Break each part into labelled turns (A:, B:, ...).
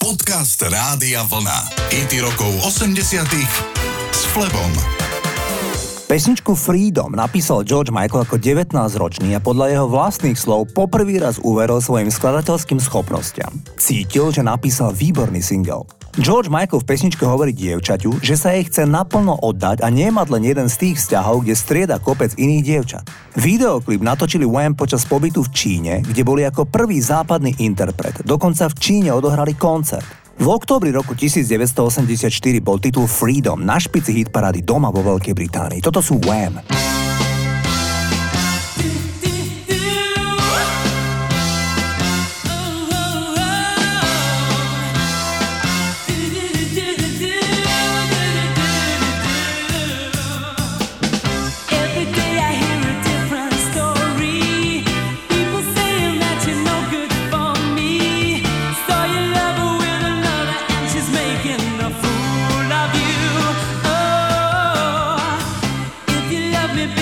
A: Podcast Rádia Vlna. Hity rokov 80-tych s Flebom.
B: Pesničku Freedom napísal George Michael ako 19-ročný a podľa jeho vlastných slov poprvý raz uveril svojim skladateľským schopnostiam. Cítil, že napísal výborný single. George Michael v pesničke hovorí dievčaťu, že sa jej chce naplno oddať a nemať len jeden z tých vzťahov, kde strieda kopec iných dievčat. Videoklip natočili Wham počas pobytu v Číne, kde boli ako prvý západný interpret. Dokonca v Číne odohrali koncert. V októbri roku 1984 bol titul Freedom na špici hitparády doma vo Veľkej Británii. Toto sú Wham.
C: Me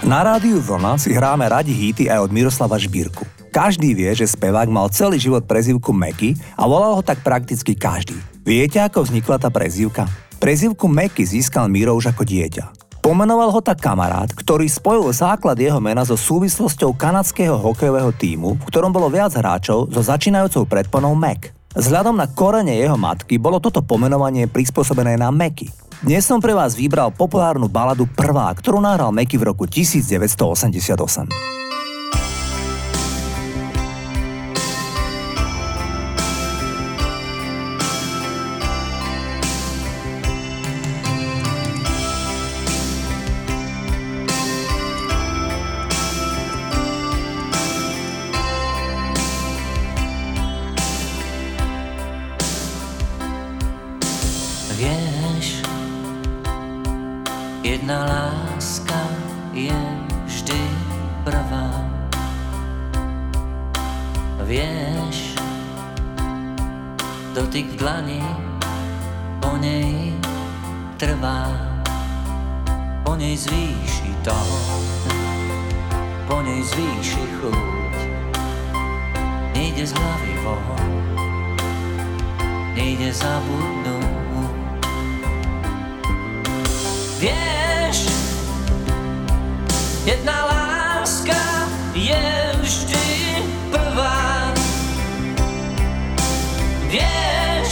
B: Na rádiu Vlna si hráme radi hity aj od Miroslava Žbírku. Každý vie, že spevák mal celý život prezývku Meky a volal ho tak prakticky každý. Viete, ako vznikla tá prezývka? Prezývku Meky získal Miro už ako dieťa. Pomenoval ho tak kamarát, ktorý spojil základ jeho mena so súvislosťou kanadského hokejového tímu, v ktorom bolo viac hráčov so začínajúcou predponou Mac. Vzhľadom na korene jeho matky bolo toto pomenovanie prispôsobené na Meky. Dnes som pre vás vybral populárnu baladu Prvá, ktorú nahral Meky v roku 1988.
C: Jedna láska je vždy prvá. Vieš, dotyk v dlani po nej trvá. Po nej zvýši tón, po nej zvýši chuť. Nejde z hlavy von, nejde zabudnúť. Vieš, jedna láska je vždy prvá. Vieš,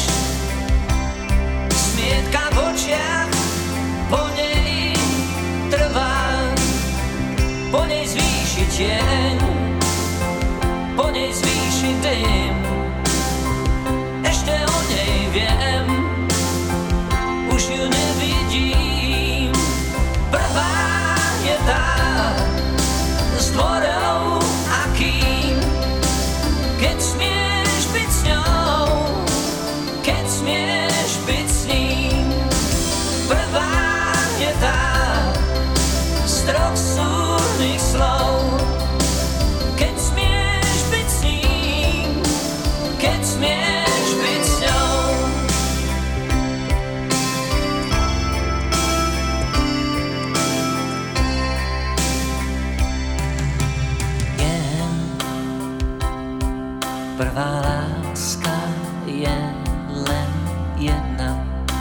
C: smietka v očiach po nej trvá. Po nej zvýši tieň, po nej zvýši dym. Ešte o nej viem, už ju nevidím. Prvá je tá s tvorou akým, keď smieš byť s ňou, keď smieš byť s ním. Prvá je tá z troch súrnych slov, keď smieš byť s ním, keď smieš byť s ňou. Prvá láska je len jedna.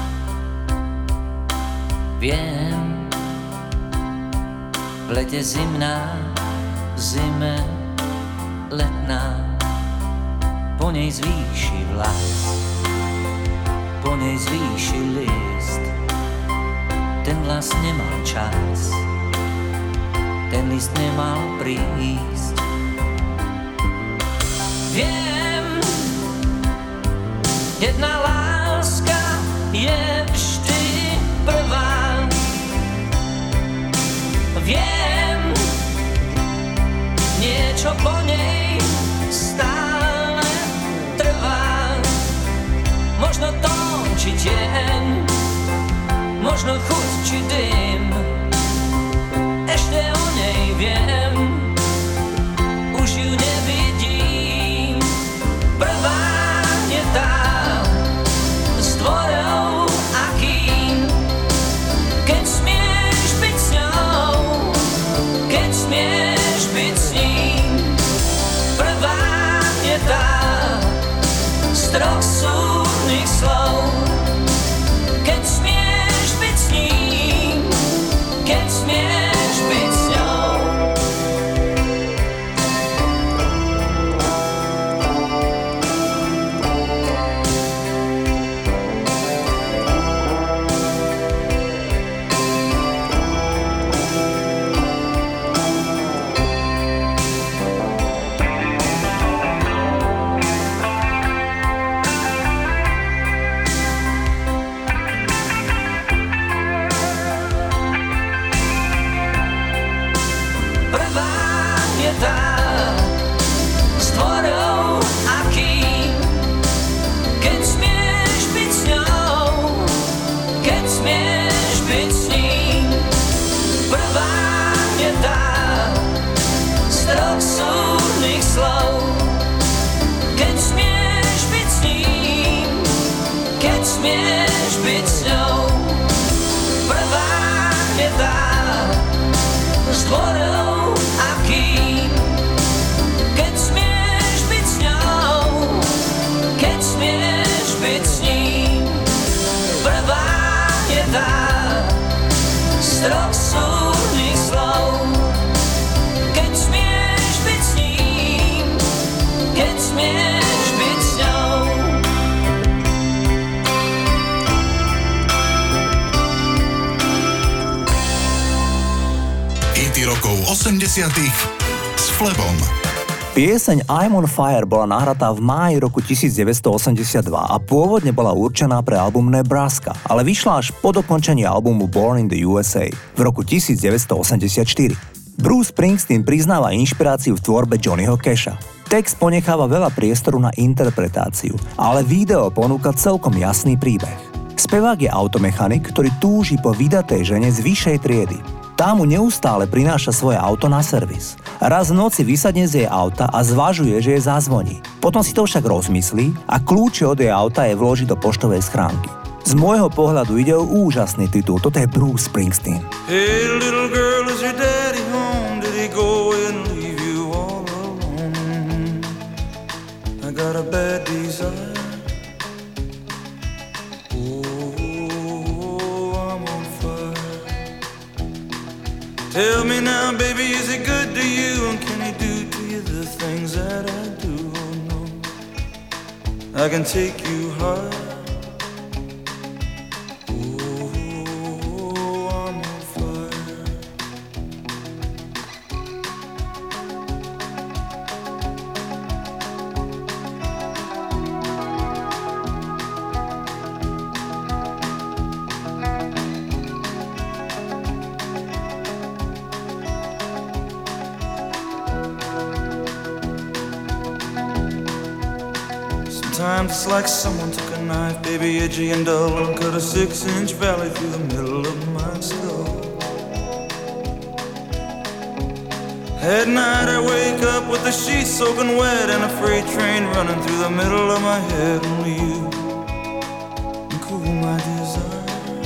C: Viem, v lete zimná, v zime letná. Po nej zvýši vlas, po nej zvýši list. Ten vlas nemal čas, ten list nemal prísť. Viem, jedna láska je vždy prvá. Viem, niečo po nej stále trvá. Možno tón či tieň, možno chuť či dym. Ešte o nej viem, už ju nevidím. Prvá je tá s tvorou akým, keď smieš byť s ňou, keď smieš byť s ním. Prvá je tá z troch súrnych slov, keď smieš byť s ním, keď smieš byť s ňou. Slov, keď smieš byť s ním, keď smieš byť s ňou. Prvá je tá s dôverou a kým, keď smieš byť s ňou, keď smieš byť s ním. Prvá je tá z troch súdnych slov, keď smieš byť s ním, keď smieš byť s ňou.
A: Hity rokov 80 s Flebom.
B: Pieseň I'm on Fire bola nahratá v máji roku 1982 a pôvodne bola určená pre album Nebraska, ale vyšla až po dokončení albumu Born in the USA v roku 1984. Bruce Springsteen priznáva inšpiráciu v tvorbe Johnnyho Casha. Text ponecháva veľa priestoru na interpretáciu, ale video ponúka celkom jasný príbeh. Spevák je automechanik, ktorý túži po vydatej žene z vyššej triedy. Tá mu neustále prináša svoje auto na servis. Raz v noci vysadne z jej auta a zvažuje, že jej zazvoní. Potom si to však rozmyslí a kľúče od jej auta je vloží do poštovej schránky. Z môjho pohľadu ide o úžasný titul, toto je Bruce Springsteen.
D: Hey little girl, is your daddy home? Did he go away and leave you all alone? I got a bad desire. Tell me now, baby, is it good to you? And can he do to you the things that I do? Oh no, I can take you high. Oh, I'm on fire. Sometimes it's like someone took a knife, baby, edgy and dull, and cut a 6-inch valley through the middle of my skull. At night I wake up with the sheets soaking wet and a freight train running through the middle of my head. Only you can cool my desire.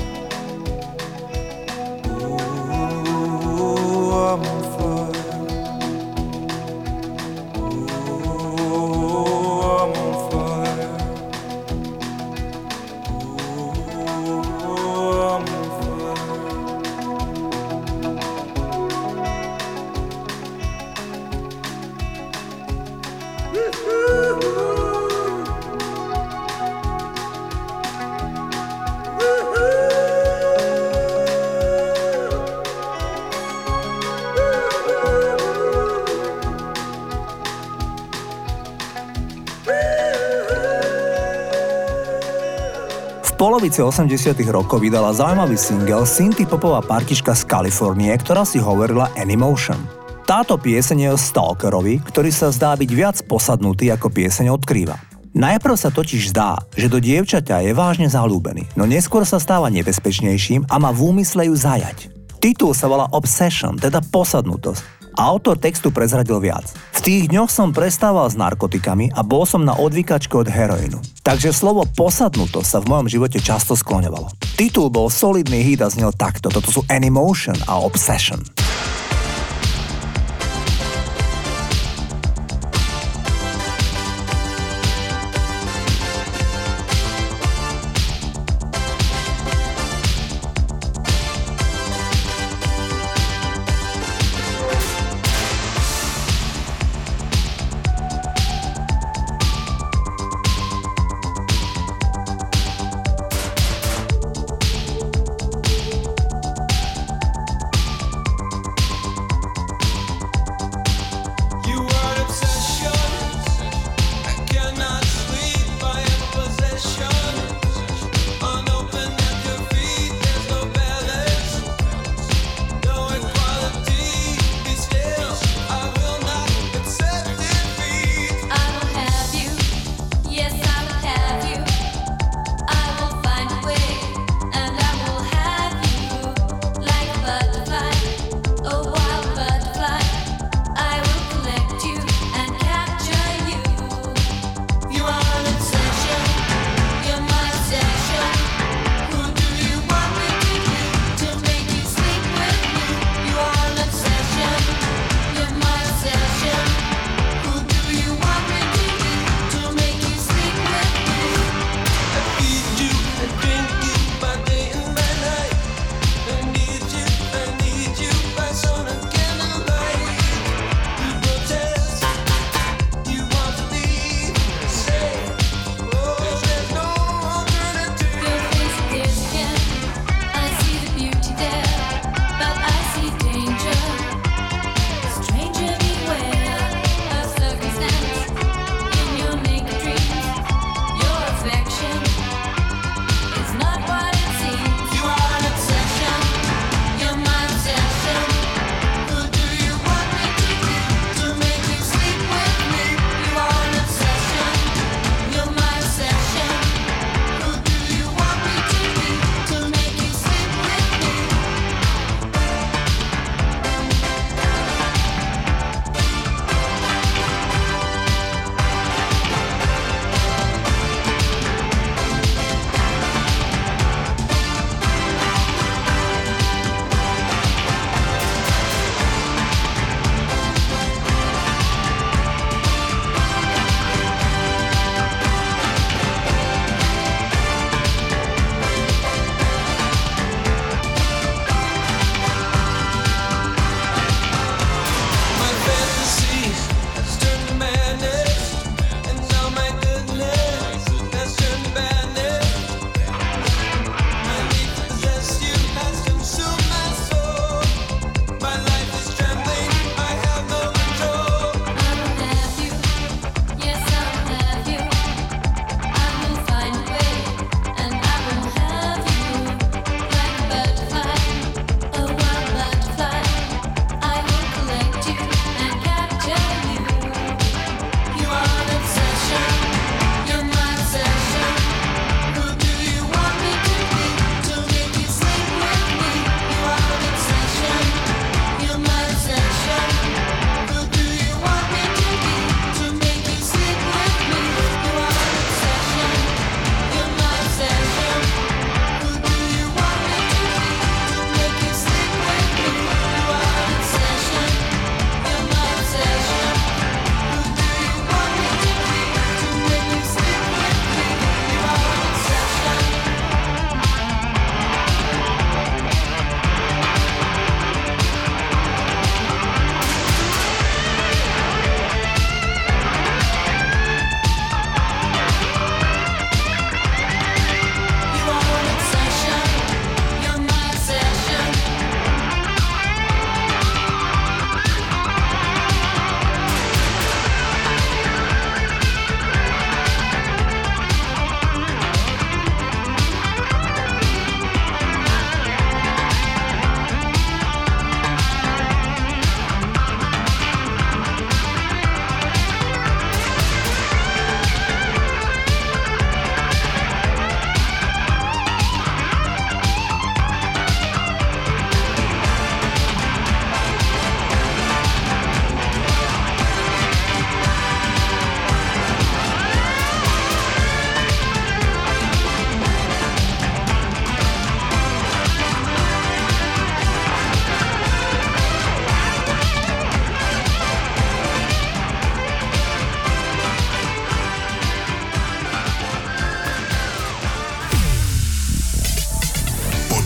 D: Oh, I'm on fire.
B: V polovici 80 rokov vydala zaujímavý single synthpopová partička z Kalifornie, ktorá si hovorila Anymotion. Táto pieseň je o stalkerovi, ktorý sa zdá byť viac posadnutý ako pieseň odkrýva. Najprv sa totiž zdá, že do dievčaťa je vážne zaľúbený, no neskôr sa stáva nebezpečnejším a má v úmysle ju zajať. Titul sa volá Obsession, teda posadnutosť. Autor textu prezradil viac. V tých dňoch som prestával s narkotikami a bol som na odvykačke od heroínu. Takže slovo posadnutosť sa v mojom živote často skloňovalo. Titul bol solidný hit a znel takto. Toto sú Anymotion a Obsession.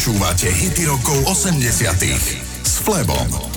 A: Počúvate hity rokov 80 s Flebom.